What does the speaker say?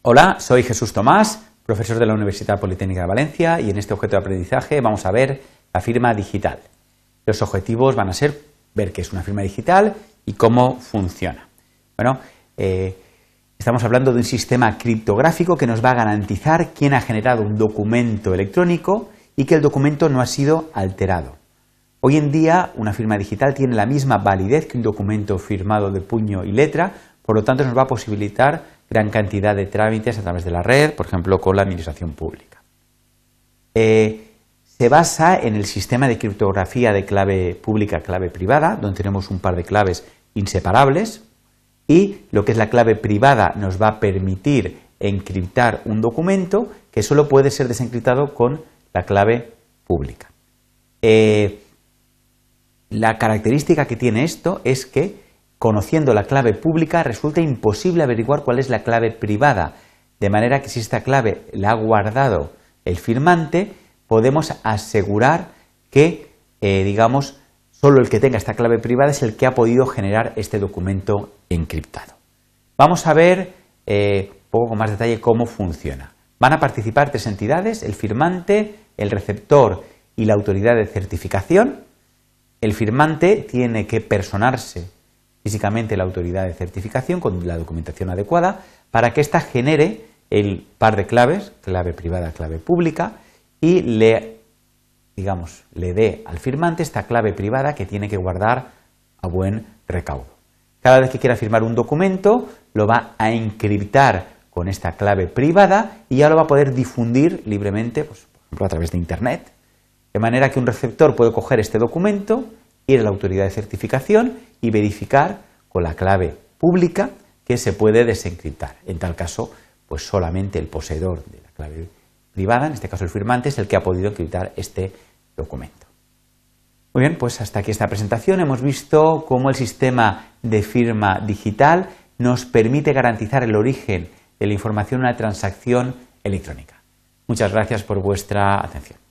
Hola, soy Jesús Tomás, profesor de la Universidad Politécnica de Valencia, y en este objeto de aprendizaje vamos a ver la firma digital. Los objetivos van a ser ver qué es una firma digital y cómo funciona. Bueno, estamos hablando de un sistema criptográfico que nos va a garantizar quién ha generado un documento electrónico y que el documento no ha sido alterado. Hoy en día, una firma digital tiene la misma validez que un documento firmado de puño y letra, por lo tanto nos va a posibilitar gran cantidad de trámites a través de la red, por ejemplo, con la administración pública. Se basa en el sistema de criptografía de clave pública, clave privada, donde tenemos un par de claves inseparables, y lo que es la clave privada nos va a permitir encriptar un documento que solo puede ser desencriptado con la clave pública. La característica que tiene esto es que, conociendo la clave pública, resulta imposible averiguar cuál es la clave privada, de manera que si esta clave la ha guardado el firmante, podemos asegurar que, solo el que tenga esta clave privada es el que ha podido generar este documento encriptado. Vamos a ver un poco con más detalle cómo funciona. Van a participar tres entidades: el firmante, el receptor y la autoridad de certificación. El firmante tiene que personarse físicamente la autoridad de certificación con la documentación adecuada para que ésta genere el par de claves, clave privada, clave pública, y le dé al firmante esta clave privada que tiene que guardar a buen recaudo. Cada vez que quiera firmar un documento, lo va a encriptar con esta clave privada y ya lo va a poder difundir libremente, por ejemplo, a través de Internet, de manera que un receptor puede coger este documento, ir a la autoridad de certificación y verificar con la clave pública que se puede desencriptar. En tal caso, pues solamente el poseedor de la clave privada, en este caso el firmante, es el que ha podido encriptar este documento. Muy bien, pues hasta aquí esta presentación. Hemos visto cómo el sistema de firma digital nos permite garantizar el origen de la información en una transacción electrónica. Muchas gracias por vuestra atención.